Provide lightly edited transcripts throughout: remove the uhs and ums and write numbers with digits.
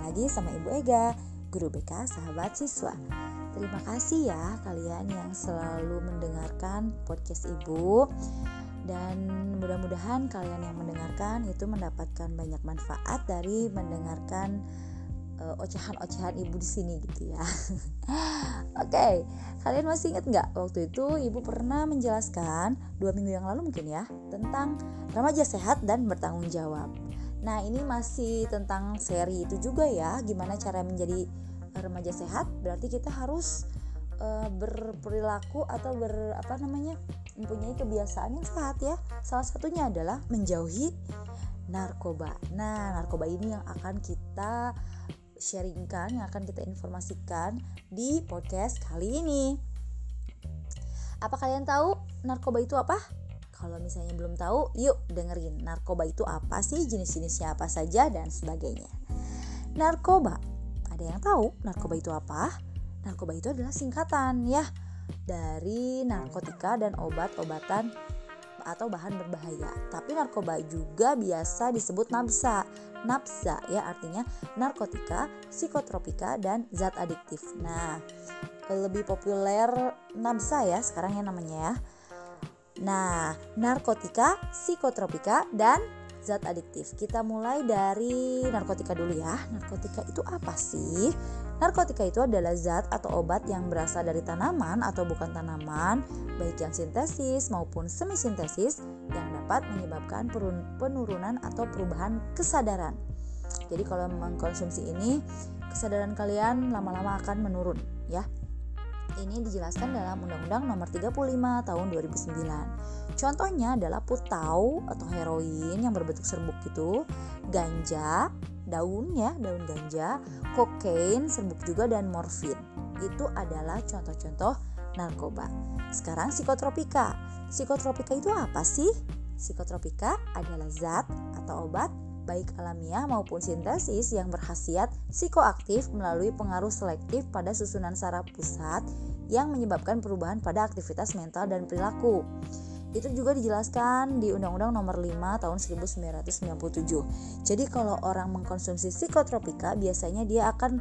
lagi sama Ibu Ega, Guru BK Sahabat Siswa. Terima kasih ya kalian yang selalu mendengarkan podcast Ibu. Dan mudah-mudahan kalian yang mendengarkan itu mendapatkan banyak manfaat dari mendengarkan ocehan-ocehan Ibu di sini gitu ya. Oke, kalian masih ingat nggak waktu itu Ibu pernah menjelaskan 2 minggu yang lalu mungkin ya tentang remaja sehat dan bertanggung jawab. Nah, ini masih tentang seri itu juga ya, gimana cara menjadi remaja sehat. Berarti kita harus berperilaku atau mempunyai kebiasaan yang sehat ya. Salah satunya adalah menjauhi narkoba. Nah, narkoba ini yang akan kita sharingkan, yang akan kita informasikan di podcast kali ini. Apa kalian tahu narkoba itu apa? Kalau misalnya belum tahu, yuk dengerin narkoba itu apa sih, jenis-jenisnya apa saja, dan sebagainya. Narkoba, ada yang tahu narkoba itu apa? Narkoba itu adalah singkatan ya dari narkotika dan obat-obatan atau bahan berbahaya. Tapi narkoba juga biasa disebut nafsa. Nafsa ya artinya narkotika, psikotropika, dan zat adiktif. Nah, lebih populer nafsa ya sekarang ya namanya ya. Nah, narkotika, psikotropika, dan zat adiktif. Kita mulai dari narkotika dulu ya. Narkotika itu apa sih? Narkotika itu adalah zat atau obat yang berasal dari tanaman atau bukan tanaman, baik yang sintesis maupun semisintesis, yang dapat menyebabkan penurunan atau perubahan kesadaran. Jadi kalau mengkonsumsi ini, kesadaran kalian lama-lama akan menurun ya. Ini dijelaskan dalam Undang-Undang Nomor 35 Tahun 2009. Contohnya adalah putau atau heroin yang berbentuk serbuk gitu, ganja, daun ganja, kokain, serbuk juga, dan morfin. Itu adalah contoh-contoh narkoba. Sekarang psikotropika. Psikotropika itu apa sih? Psikotropika adalah zat atau obat baik alamiah maupun sintesis yang berkhasiat psikoaktif melalui pengaruh selektif pada susunan saraf pusat yang menyebabkan perubahan pada aktivitas mental dan perilaku. Itu juga dijelaskan di Undang-Undang Nomor 5 Tahun 1997. Jadi kalau orang mengkonsumsi psikotropika biasanya dia akan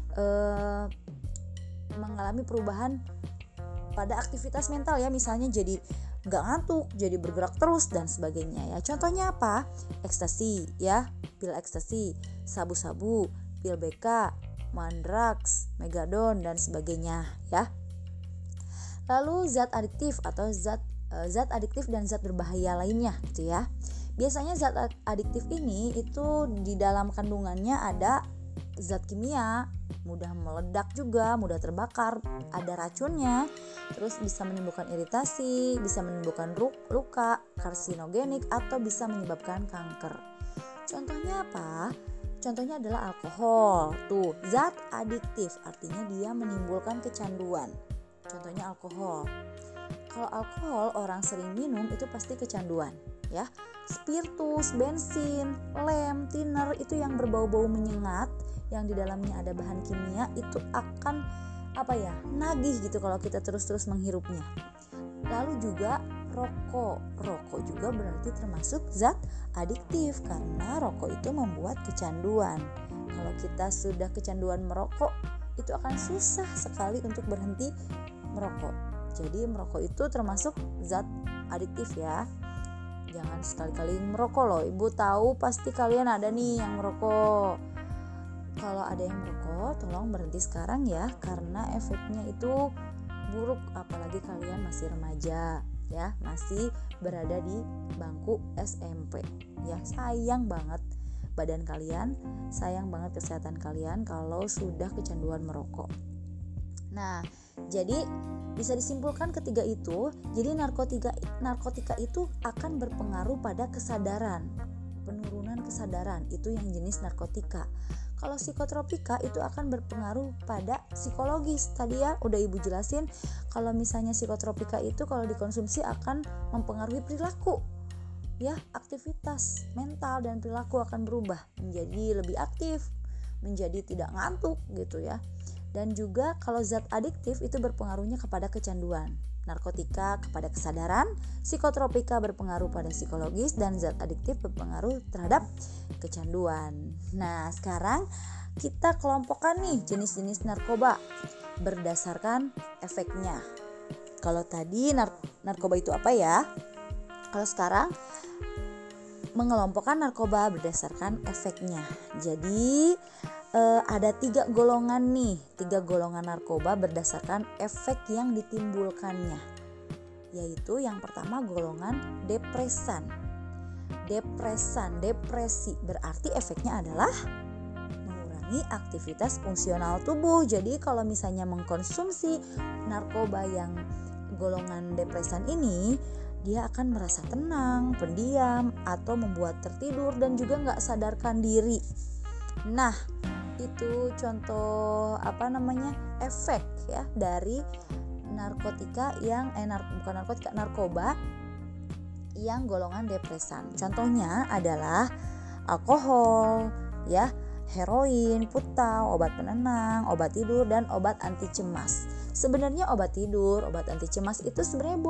mengalami perubahan pada aktivitas mental ya, misalnya jadi nggak ngantuk, jadi bergerak terus, dan sebagainya ya. Contohnya apa? Ekstasi ya, pil ekstasi, sabu-sabu, pil BK, mandrax, megadon, dan sebagainya ya. Lalu zat adiktif atau zat adiktif dan zat berbahaya lainnya gitu ya. Biasanya zat adiktif ini itu di dalam kandungannya ada zat kimia, mudah meledak juga, mudah terbakar, ada racunnya, terus bisa menimbulkan iritasi, bisa menimbulkan luka, karsinogenik, atau bisa menyebabkan kanker. Contohnya apa? Contohnya adalah alkohol. Tuh, zat adiktif artinya dia menimbulkan kecanduan. Contohnya alkohol. Kalau alkohol orang sering minum itu pasti kecanduan ya. Spiritus, bensin, lem, thinner itu yang berbau-bau menyengat, yang di dalamnya ada bahan kimia, itu akan nagih gitu kalau kita terus-terus menghirupnya. Lalu juga rokok juga berarti termasuk zat adiktif karena rokok itu membuat kecanduan. Kalau kita sudah kecanduan merokok, itu akan susah sekali untuk berhenti merokok. Jadi merokok itu termasuk zat adiktif ya. Jangan sekali-kali merokok loh. Ibu tahu pasti kalian ada nih yang merokok. Kalau ada yang merokok, tolong berhenti sekarang ya, karena efeknya itu buruk, apalagi kalian masih remaja ya, masih berada di bangku SMP ya. Sayang banget badan kalian, sayang banget kesehatan kalian kalau sudah kecanduan merokok. Nah, jadi bisa disimpulkan ketiga itu, jadi narkotika itu akan berpengaruh pada kesadaran, penurunan kesadaran, itu yang jenis narkotika. Kalau psikotropika itu akan berpengaruh pada psikologis. Tadi ya udah Ibu jelasin, kalau misalnya psikotropika itu kalau dikonsumsi akan mempengaruhi perilaku. Ya, aktivitas mental dan perilaku akan berubah menjadi lebih aktif, menjadi tidak ngantuk gitu ya. Dan juga kalau zat adiktif itu berpengaruhnya kepada kecanduan. narkotika kepada kesadaran, psikotropika berpengaruh pada psikologis, dan zat adiktif berpengaruh terhadap kecanduan. Nah, sekarang kita kelompokkan nih jenis-jenis narkoba berdasarkan efeknya. Kalau tadi narkoba itu apa ya? Kalau sekarang mengelompokkan narkoba berdasarkan efeknya. Jadi ada 3 golongan nih, 3 golongan narkoba berdasarkan efek yang ditimbulkannya. Yaitu yang pertama golongan depresan. Depresi berarti efeknya adalah mengurangi aktivitas fungsional tubuh. Jadi kalau misalnya mengkonsumsi narkoba yang golongan depresan ini, dia akan merasa tenang, pendiam, atau membuat tertidur dan juga nggak sadarkan diri. Nah, itu contoh efek ya dari narkotika yang narkoba yang golongan depresan. Contohnya adalah alkohol, ya, heroin, putau, obat penenang, obat tidur, dan obat anti cemas. Sebenarnya obat tidur, obat anti cemas itu sebenarnya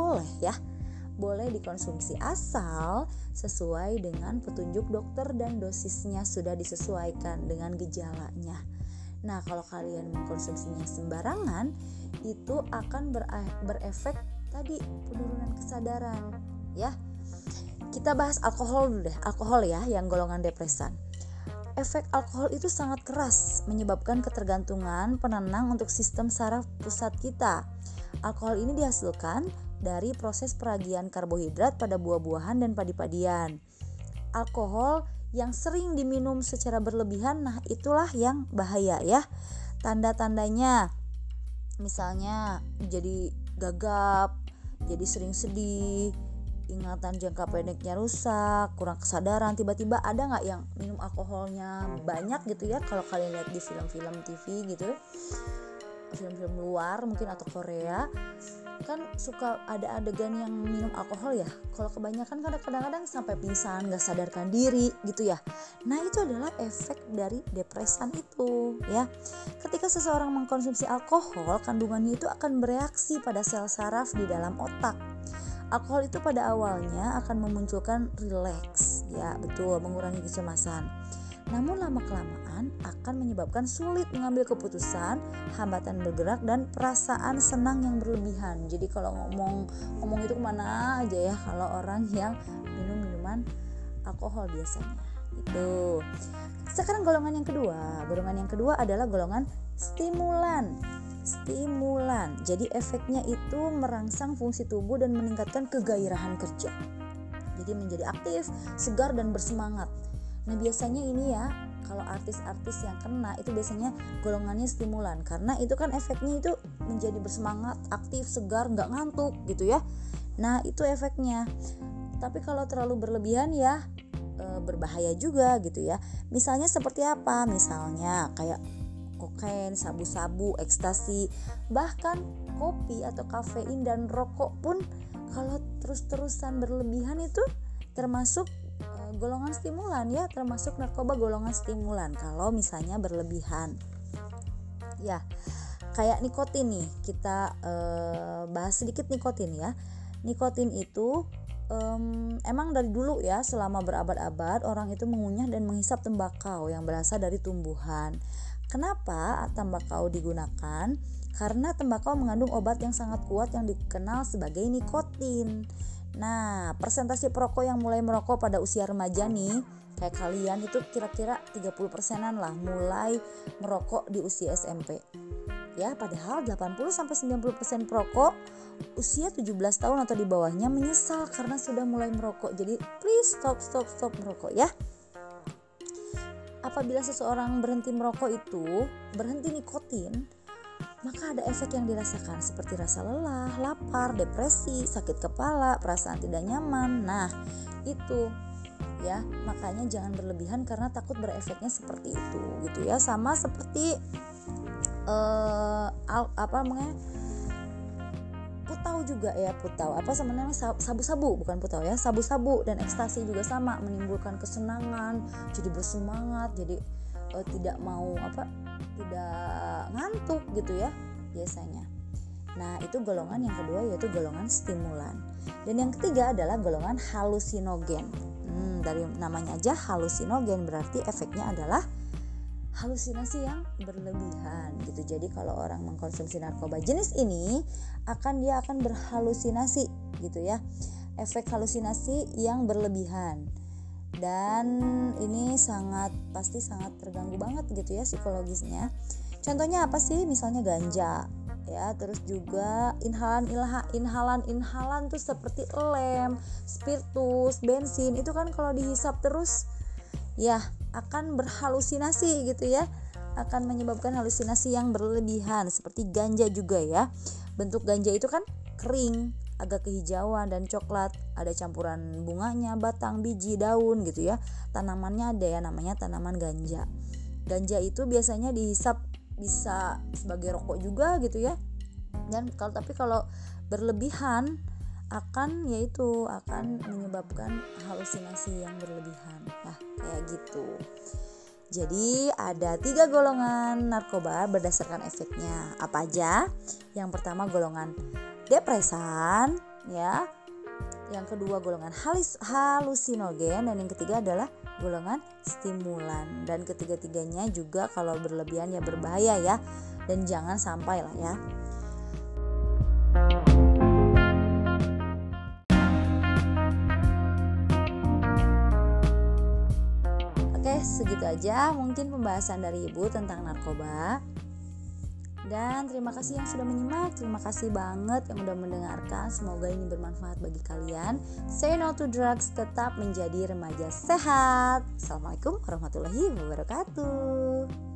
boleh dikonsumsi asal sesuai dengan petunjuk dokter dan dosisnya sudah disesuaikan dengan gejalanya. Nah, kalau kalian mengkonsumsinya sembarangan, itu akan berefek tadi penurunan kesadaran, ya. Kita bahas alkohol dulu deh, alkohol ya yang golongan depresan. Efek alkohol itu sangat keras, menyebabkan ketergantungan penenang untuk sistem saraf pusat kita. Alkohol ini dihasilkan dari proses peragian karbohidrat pada buah-buahan dan padi-padian. Alkohol yang sering diminum secara berlebihan, nah itulah yang bahaya ya. Tanda-tandanya misalnya jadi gagap, jadi sering sedih, ingatan jangka pendeknya rusak, kurang kesadaran. Tiba-tiba ada nggak yang minum alkoholnya banyak gitu ya, kalau kalian lihat di film-film TV gitu, film-film luar mungkin atau Korea, kan suka ada adegan yang minum alkohol ya. Kalau kebanyakan kadang-kadang sampai pingsan, gak sadarkan diri gitu ya. Nah, itu adalah efek dari depresan itu ya. Ketika seseorang mengkonsumsi alkohol, kandungannya itu akan bereaksi pada sel saraf di dalam otak. Alkohol itu pada awalnya akan memunculkan rileks, ya betul, mengurangi kecemasan. Namun lama-kelamaan akan menyebabkan sulit mengambil keputusan, hambatan bergerak, dan perasaan senang yang berlebihan. Jadi kalau ngomong itu kemana aja ya kalau orang yang minum minuman alkohol biasanya. Itu. Sekarang golongan yang kedua adalah golongan stimulan. Jadi efeknya itu merangsang fungsi tubuh dan meningkatkan kegairahan kerja. Jadi menjadi aktif, segar, dan bersemangat. Nah, biasanya ini ya, kalau artis-artis yang kena itu biasanya golongannya stimulan, karena itu kan efeknya itu menjadi bersemangat, aktif, segar, nggak ngantuk gitu ya. Nah, itu efeknya. Tapi kalau terlalu berlebihan ya berbahaya juga gitu ya. Misalnya seperti apa? Misalnya kayak kokain, sabu-sabu, ekstasi, bahkan kopi atau kafein dan rokok pun kalau terus-terusan berlebihan itu termasuk golongan stimulan ya, termasuk narkoba golongan stimulan kalau misalnya berlebihan. Ya, kayak nikotin nih, kita bahas sedikit nikotin ya. Nikotin itu emang dari dulu ya, selama berabad-abad orang itu mengunyah dan menghisap tembakau yang berasal dari tumbuhan. Kenapa tembakau digunakan? Karena tembakau mengandung obat yang sangat kuat yang dikenal sebagai nikotin. Nah, persentase perokok yang mulai merokok pada usia remaja nih, kayak kalian itu kira-kira 30%-an lah mulai merokok di usia SMP. Ya, padahal 80-90% perokok usia 17 tahun atau di bawahnya menyesal karena sudah mulai merokok. Jadi please stop merokok ya. Apabila seseorang berhenti merokok itu, berhenti nikotin, maka ada efek yang dirasakan seperti rasa lelah, lapar, depresi, sakit kepala, perasaan tidak nyaman. Nah, itu ya, makanya jangan berlebihan karena takut berefeknya seperti itu gitu ya. Sama seperti putau juga ya, sabu-sabu, bukan putau ya, sabu-sabu dan ekstasi juga sama, menimbulkan kesenangan, jadi bersemangat, jadi tidak ngantuk gitu ya biasanya. Nah, itu golongan yang kedua, yaitu golongan stimulan. Dan yang ketiga adalah golongan halusinogen. Dari namanya aja halusinogen, berarti efeknya adalah halusinasi yang berlebihan gitu. Jadi kalau orang mengkonsumsi narkoba jenis ini dia akan berhalusinasi gitu ya. Efek halusinasi yang berlebihan. Dan ini pasti sangat terganggu banget gitu ya psikologisnya. Contohnya apa sih? Misalnya ganja ya, terus juga inhalan tuh seperti lem, spiritus, bensin, itu kan kalau dihisap terus ya akan berhalusinasi gitu ya, akan menyebabkan halusinasi yang berlebihan. Seperti ganja juga ya, bentuk ganja itu kan kering, agak kehijauan dan coklat, ada campuran bunganya, batang, biji, daun gitu ya. Tanamannya ada ya, namanya tanaman ganja. Ganja itu biasanya dihisap, bisa sebagai rokok juga gitu ya. Dan kalau berlebihan akan menyebabkan halusinasi yang berlebihan. Nah, kayak gitu. Jadi ada 3 golongan narkoba berdasarkan efeknya. Apa aja? Yang pertama golongan depresan ya. Yang kedua golongan halusinogen, dan yang ketiga adalah golongan stimulan. Dan ketiga-tiganya juga kalau berlebihan ya berbahaya ya, dan jangan sampai lah ya. Oke, segitu aja mungkin pembahasan dari Ibu tentang narkoba. Dan terima kasih yang sudah menyimak, terima kasih banget yang udah mendengarkan. Semoga ini bermanfaat bagi kalian. Say no to drugs, tetap menjadi remaja sehat. Assalamualaikum warahmatullahi wabarakatuh.